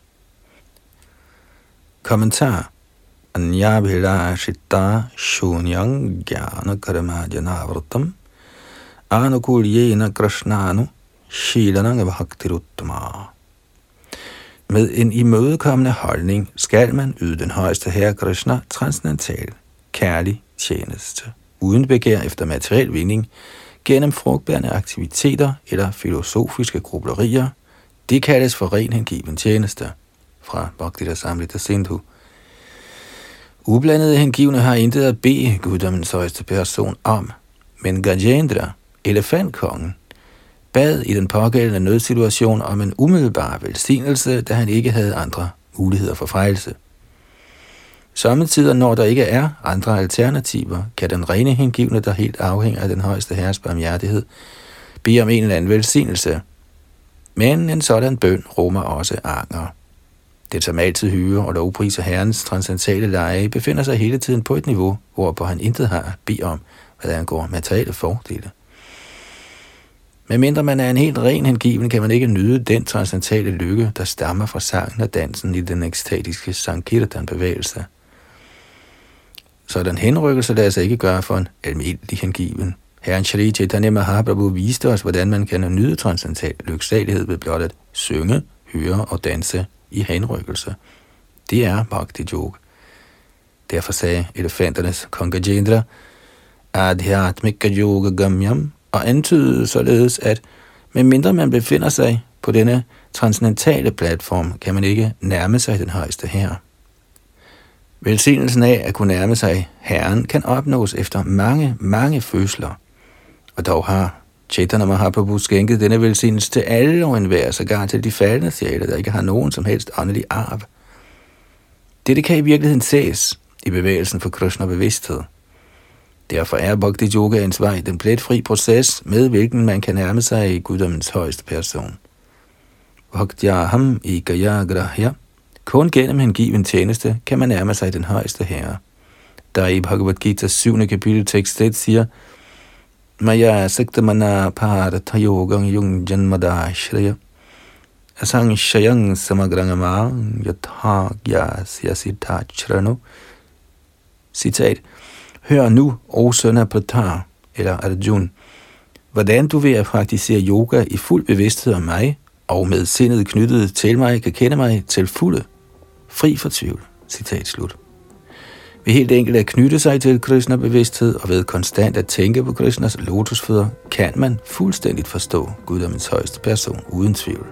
Speaker 1: Kommentar. Anyabhilashita shunyang jnana karmadyanavratam anukulyena krishnanu shilanang bhaktiruttama. Med en imødekommende holdning skal man yde den højeste herre Krishna transcendental, kærlig tjeneste. Uden begær efter materiel vinding gennem frugtbærende aktiviteter eller filosofiske grublerier, det kaldes for ren hengiven tjeneste. Fra Bhakti-rasamrita Sindhu. Ublandede hengivne har intet at bede guddommens højeste person om, men Gajendra, elefantkongen, bad i den pågældende nødsituation om en umiddelbar velsignelse, da han ikke havde andre muligheder for frelse. Sommetider, når der ikke er andre alternativer, kan den rene hengivne, der helt afhænger af den højeste herres barmhjertighed, bede om en eller anden velsignelse. Men en sådan bøn rummer også anger. Det, som altid hyrer og lovpriser herrens transcendentale leje, befinder sig hele tiden på et niveau, hvorpå han intet har at bede om, hvad angår materielle fordele. Men mindre man er en helt ren hengiven, kan man ikke nyde den transcendentale lykke, der stammer fra sangen og dansen i den ekstatiske Sankirtan-bevægelse. Sådan henrykkelse lader sig ikke gøre for en almindelig hengiven. Herren Shri Chaitanya Mahaprabhu viste os, hvordan man kan nyde transcendental lyksalighed ved blot at synge, høre og danse i henrykkelse. Det er Bhakti Yoga. Derfor sagde elefanternes kong Gajendra, Adhyatmika Yoga Gamyam, og antydede således, at medmindre man befinder sig på denne transcendentale platform, kan man ikke nærme sig den højeste herre. Velsignelsen af at kunne nærme sig herren kan opnås efter mange, mange fødsler, og dog har Chaitanya Mahaprabhu skænket denne velsignelse til alle og enhver, sågar til de faldne sjæle, der ikke har nogen som helst åndelig arv. Dette kan i virkeligheden ses i bevægelsen for Krishna bevidsthed. Derfor er Bhakti Yogaens vej den pletfri proces, med hvilken man kan nærme sig i guddommens højeste person. Bhaktyaham ikaya grahya. Kun gennem hengiven tjeneste kan man nærme sig den højeste herre. Der i Bhagavad Gita's syvende kapitel tekst siger, Maya saktamana parata yogam yung janmadashraya asang shayang samagrangamang yatha gyasyasidhachrano. Citat. Hør nu, o søn af Pratar, eller Arjun, hvordan du ved at praktisere yoga i fuld bevidsthed om mig, og med sindet knyttet til mig, kan kende mig til fulde, fri for tvivl. Citat slut. Ved helt enkelt at knytte sig til Krishna bevidsthed, og ved konstant at tænke på Krishnas lotusfødder, kan man fuldstændigt forstå guddommens højeste person uden tvivl.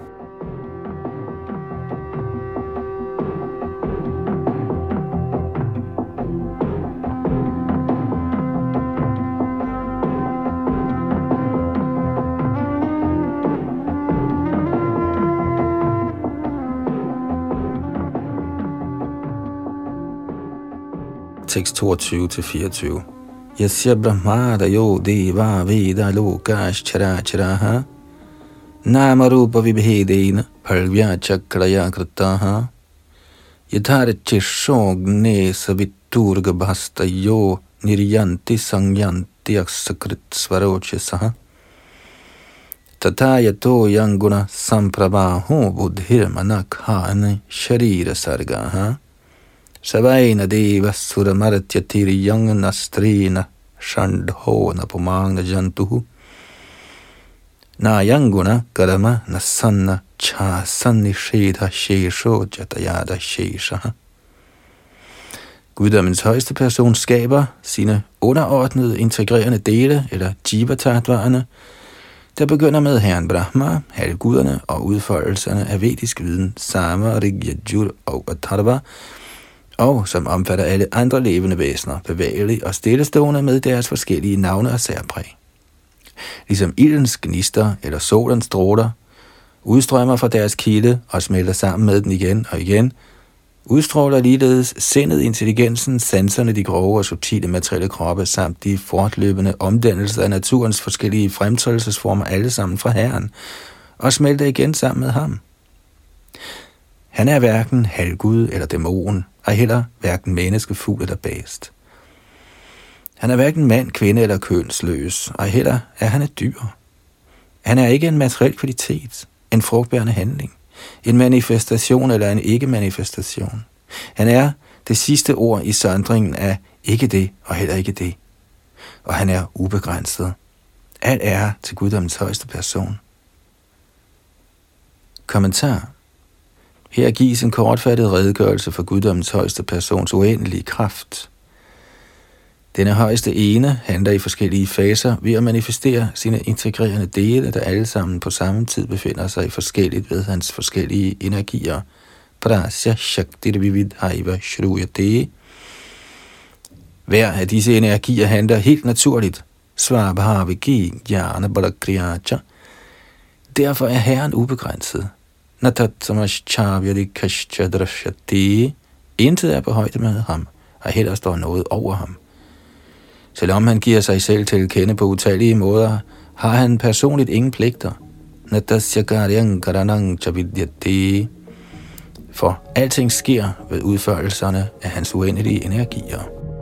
Speaker 1: Tekst toogtyve til fireogtyve. Yasya brahmadayo deva veda lokash characharaha namarupa vibhedena palvya chakraya kritaha yatharachishogne saviturga bhastayo niryanti sangyanti aksakrit svarochasaha tatayato yanguna samprabhaho buddhir manakhane sharira sargaha Savaina deva suramaratyatir yang nastrina shandhona pumanga jantuhu na yanguna karama nasanna cha sannishedha shesho jatayada sheshaha. Guddommens højeste person skaber sine underordnede integrerende dele, eller jiva-tattvaerne, der begynder med herren Brahma, halvguderne og udfoldelserne af vedisk viden, Sama, Rigya, Jur og Atharva, og som omfatter alle andre levende væsener, bevægelige og stillestående med deres forskellige navne og særpræg. Ligesom ildens gnister eller solens stråler udstrømmer fra deres kilde og smelter sammen med den igen og igen, udstråler ligeledes sindet, intelligensen, sanserne, de grove og subtile materielle kroppe samt de fortløbende omdannelser af naturens forskellige fremtrædelsesformer alle sammen fra Herren og smelter igen sammen med ham. Han er hverken halvgud eller dæmon, og heller hverken menneske, fugl eller bæst. Han er hverken mand, kvinde eller kønsløs, og heller er han et dyr. Han er ikke en materiel kvalitet, en frugtbærende handling, en manifestation eller en ikke-manifestation. Han er det sidste ord i sondringen af ikke det og heller ikke det. Og han er ubegrænset. Alt er til guddommens højeste person. Kommentar. Her gives en kortfattet redegørelse for guddommens højeste persons uendelige kraft. Denne højeste ene handler i forskellige faser ved at manifestere sine integrerende dele, der alle sammen på samme tid befinder sig forskelligt ved hans forskellige energier. Prasya Shakti Vividhaiva Shruyate. Hver af disse energier handler helt naturligt. Svabhaviki Jnana Balakriyacha. Derfor er Herren ubegrænset. Natatsamaschavyadikashcha Drashyate. Intet er på højde med ham, og heller står noget over ham. Selvom han giver sig selv til at kende på utallige måder, har han personligt ingen pligter. For alting sker ved udførelserne af hans uendelige energier.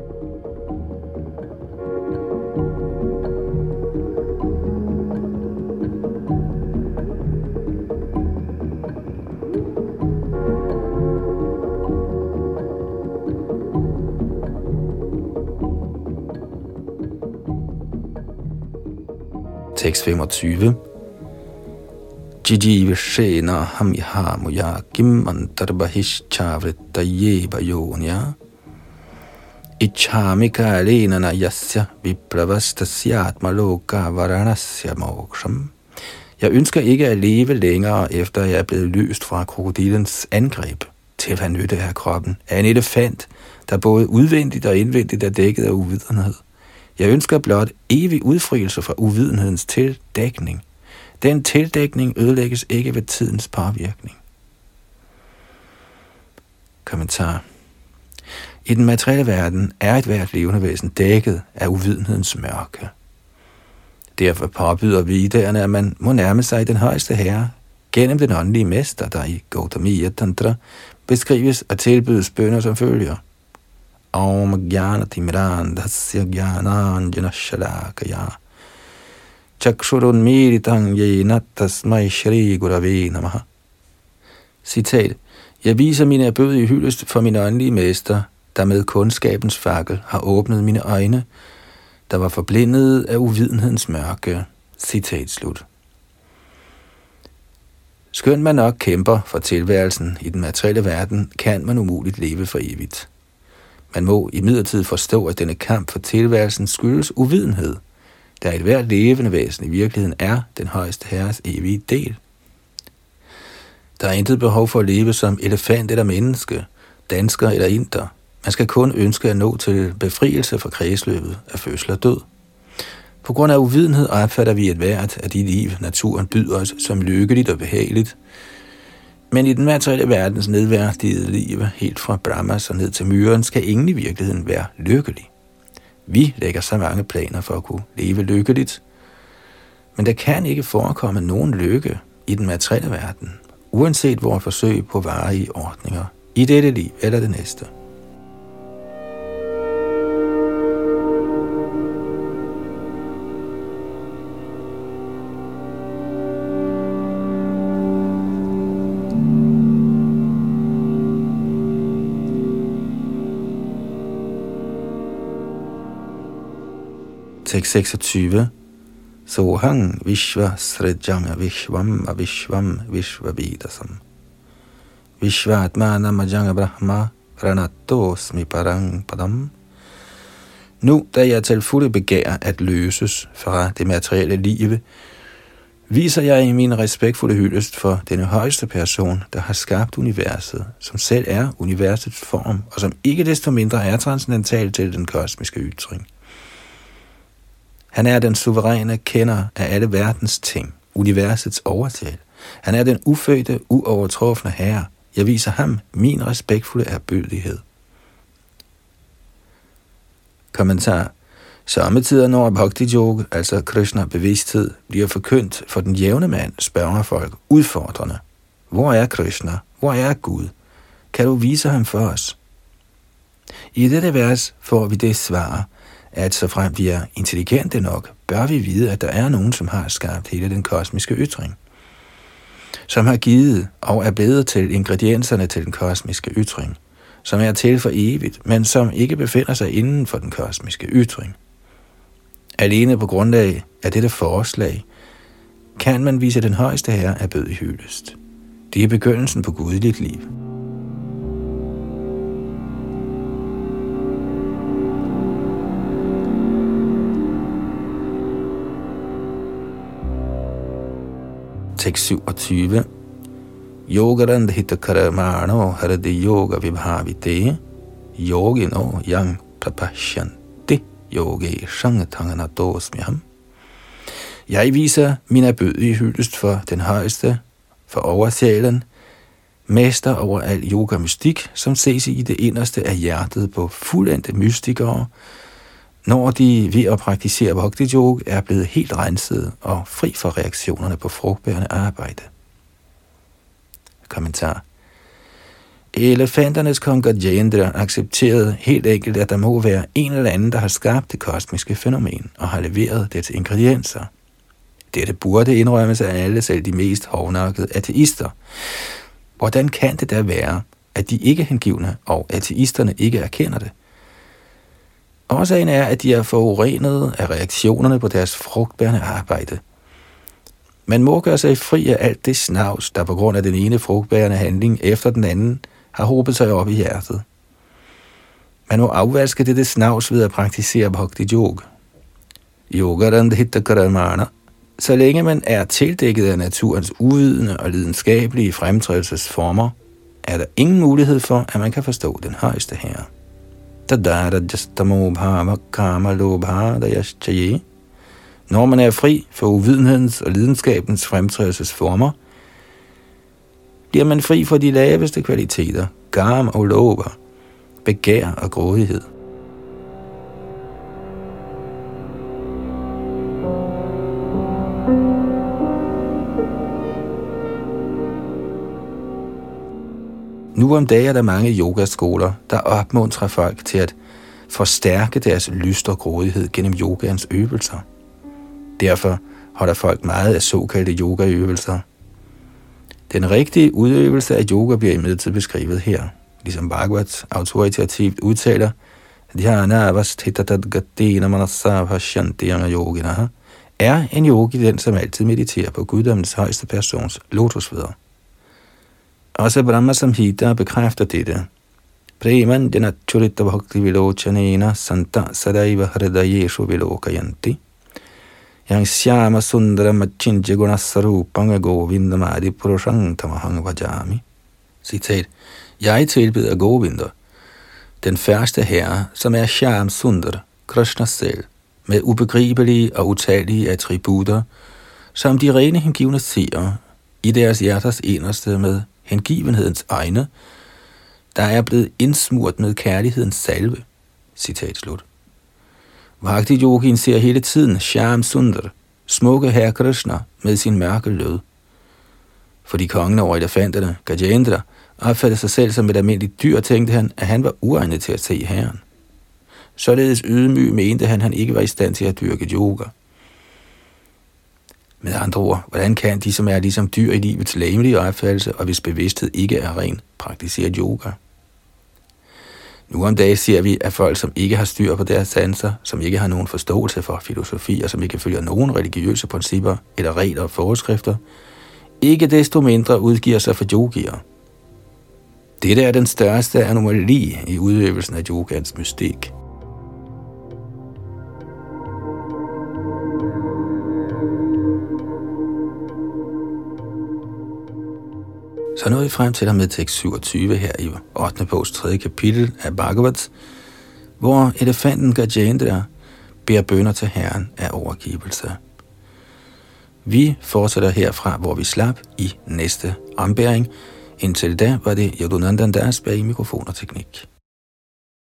Speaker 1: Tekst femogtyve. Jijivashena hamihamuya kim antarbahish chavrittaye bayonya Ichhamika alenana yasya vipravastasya loka varanasya moksham. Jeg ønsker ikke at leve længere, efter jeg er blevet løst fra krokodillens angreb. Til hvad nytte er kroppen af en elefant, der både udvendigt og indvendigt er dækket af uvidenhed. Jeg ønsker blot evig udfrielse fra uvidenhedens tildækning. Den tildækning ødelægges ikke ved tidens påvirkning. Kommentar. I den materielle verden er et hvert levende væsen dækket af uvidenhedens mørke. Derfor påbyder Vedderne, at man må nærme sig den højeste herre gennem den åndelige mester, der i Gautamiya Tantra beskrives og tilbydes bønner som følger. Om Jnanatimrandhasya Jnananjana Shalakaya Chakshurun Miritang Yena Tasmai Shri Gurave Namaha. Citat. Jeg viser mine erbødige hyldest for min åndelige mester, der med kundskabens fakkel har åbnet mine øjne, der var forblindet af uvidenhedens mørke. Citat slut. Skønt man nok kæmper for tilværelsen i den materielle verden, kan man umuligt leve for evigt. Man må imidlertid forstå, at denne kamp for tilværelsen skyldes uvidenhed, der et hvert levende væsen i virkeligheden er den højeste herres evige del. Der er intet behov for at leve som elefant eller menneske, dansker eller inder. Man skal kun ønske at nå til befrielse fra kredsløbet af fødsel og død. På grund af uvidenhed opfatter vi et hvert af de liv, naturen byder os som lykkeligt og behageligt. Men i den materielle verdens nedværdigede liv, helt fra Brahmas og ned til myren, skal ingen i virkeligheden være lykkelig. Vi lægger så mange planer for at kunne leve lykkeligt, men der kan ikke forekomme nogen lykke i den materielle verden, uanset vores forsøg på varige ordninger, i dette liv eller det næste. Tekst seksogtyve. Sohang Vishva Srejanga Vishvam Avishvam Vishvavidasam Vishvatmana Majanga Brahma Ranatosmi Parang Padam. Nu, da jeg til fulde begær at løses fra det materielle liv, viser jeg i min respektfulde hyldest for denne højeste person, der har skabt universet, som selv er universets form, og som ikke desto mindre er transcendental til den kosmiske ytring. Han er den suveræne kender af alle verdens ting, universets overtal. Han er den ufødte, uovertrufne herre. Jeg viser ham min respektfulde erbødighed. Kommentar. Sommetider når Bhakti Yoga, altså Krishna bevidsthed, bliver forkyndt for den jævne mand, spørger folk udfordrende. Hvor er Krishna? Hvor er Gud? Kan du vise ham for os? I dette vers får vi det svar, at så frem vi er intelligente nok, bør vi vide, at der er nogen, som har skabt hele den kosmiske ytring, som har givet og er blevet til ingredienserne til den kosmiske ytring, som er til for evigt, men som ikke befinder sig inden for den kosmiske ytring. Alene på grundlag af dette forslag kan man vise den højeste herre af bød i hyldest. Det er begyndelsen på gudeligt liv. Tekst syvogtyve. Yogarandhita karamano haradi yoga vibhavite yogino yang prapashyanti yogi shangatanganatos-myaham. Jeg viser min erbødige hyldest for den højeste, for oversjælen, mester over al yoga-mystik, som ses i det inderste af hjertet på fuldendte mystikere, når de ved at praktisere bhakti-yoga er blevet helt renset og fri for reaktionerne på frugtbærende arbejde. Kommentar. Elefanternes kong Gajendra accepterede helt enkelt, at der må være en eller anden, der har skabt det kosmiske fænomen og har leveret dets ingredienser. Dette burde indrømmes af alle, selv de mest hovnakkede ateister. Hvordan kan det da være, at de ikke hengivne og ateisterne ikke erkender det? Årsagen er, at de er forurenede af reaktionerne på deres frugtbærende arbejde. Man må gøre sig fri af alt det snavs, der på grund af den ene frugtbærende handling efter den anden har hobet sig op i hjertet. Man må afvaske dette snavs ved at praktisere bhakti-yoga. Yogarandhita karamana. Så længe man er tildækket af naturens uvidende og lidenskabelige fremtrædelsesformer, er der ingen mulighed for, at man kan forstå den højeste herre. Når man er fri for uvidenhedens og lidenskabens fremtrædelsesformer, bliver man fri for de laveste kvaliteter, garm og lobha, begær og grådighed. Nu om dagen er der mange yogaskoler, der opmuntrer folk til at forstærke deres lyst og grådighed gennem yogaens øvelser. Derfor holder folk meget af såkaldte yogaøvelser. Den rigtige udøvelse af yoga bliver imidlertid beskrevet her, ligesom Bhagavad autoritativt udtaler, er en yogi den, som altid mediterer på guddommens højeste persons lotusfødder. Også Brahma Samhita bekræfter dette. Preman janachurita bhakti vilochanena santa sadaiva hridayeshu vilokayanti yang syama sundara machinja gunasarupanga govindamadi purushang tamahang vajami. Citat. Jeg tilbeder Govinda, den første herre, som er Shyam Sundar, Krishna selv, med ubegribelige og utallige attributter, som de rene hengivne ser i deres hjerters inderste med hengivenhedens egne, der er blevet indsmurt med kærlighedens salve. Citat slut. Bhakti-yogien ser hele tiden Shyam Sundar, smukke herre Krishna, med sin mørke lød. Fordi kongen over elefanterne, Gajendra, opfattede sig selv som et almindeligt dyr, tænkte han, at han var uegnet til at se herren. Således ydmyg mente han, at han ikke var i stand til at dyrke yoga. Med andre ord, hvordan kan de, som er ligesom dyr i livets legemlige opfattelse, og hvis bevidsthed ikke er ren, praktisere yoga? Nu om dagen ser vi, at folk, som ikke har styr på deres sanser, som ikke har nogen forståelse for filosofi, og som ikke følger nogen religiøse principper eller regler og forskrifter, ikke desto mindre udgiver sig for yogier. Dette er den største anomali i udøvelsen af yogans mystik. Så nåede vi frem til der med tekst syvogtyve her i ottende bogs tredje kapitel af Bhagavad, hvor elefanten Gajendra beder bønner til herren af overgivelse. Vi fortsætter herfra, hvor vi slap i næste ombæring. Indtil da var det Yadunandan Das bag mikrofon og teknik.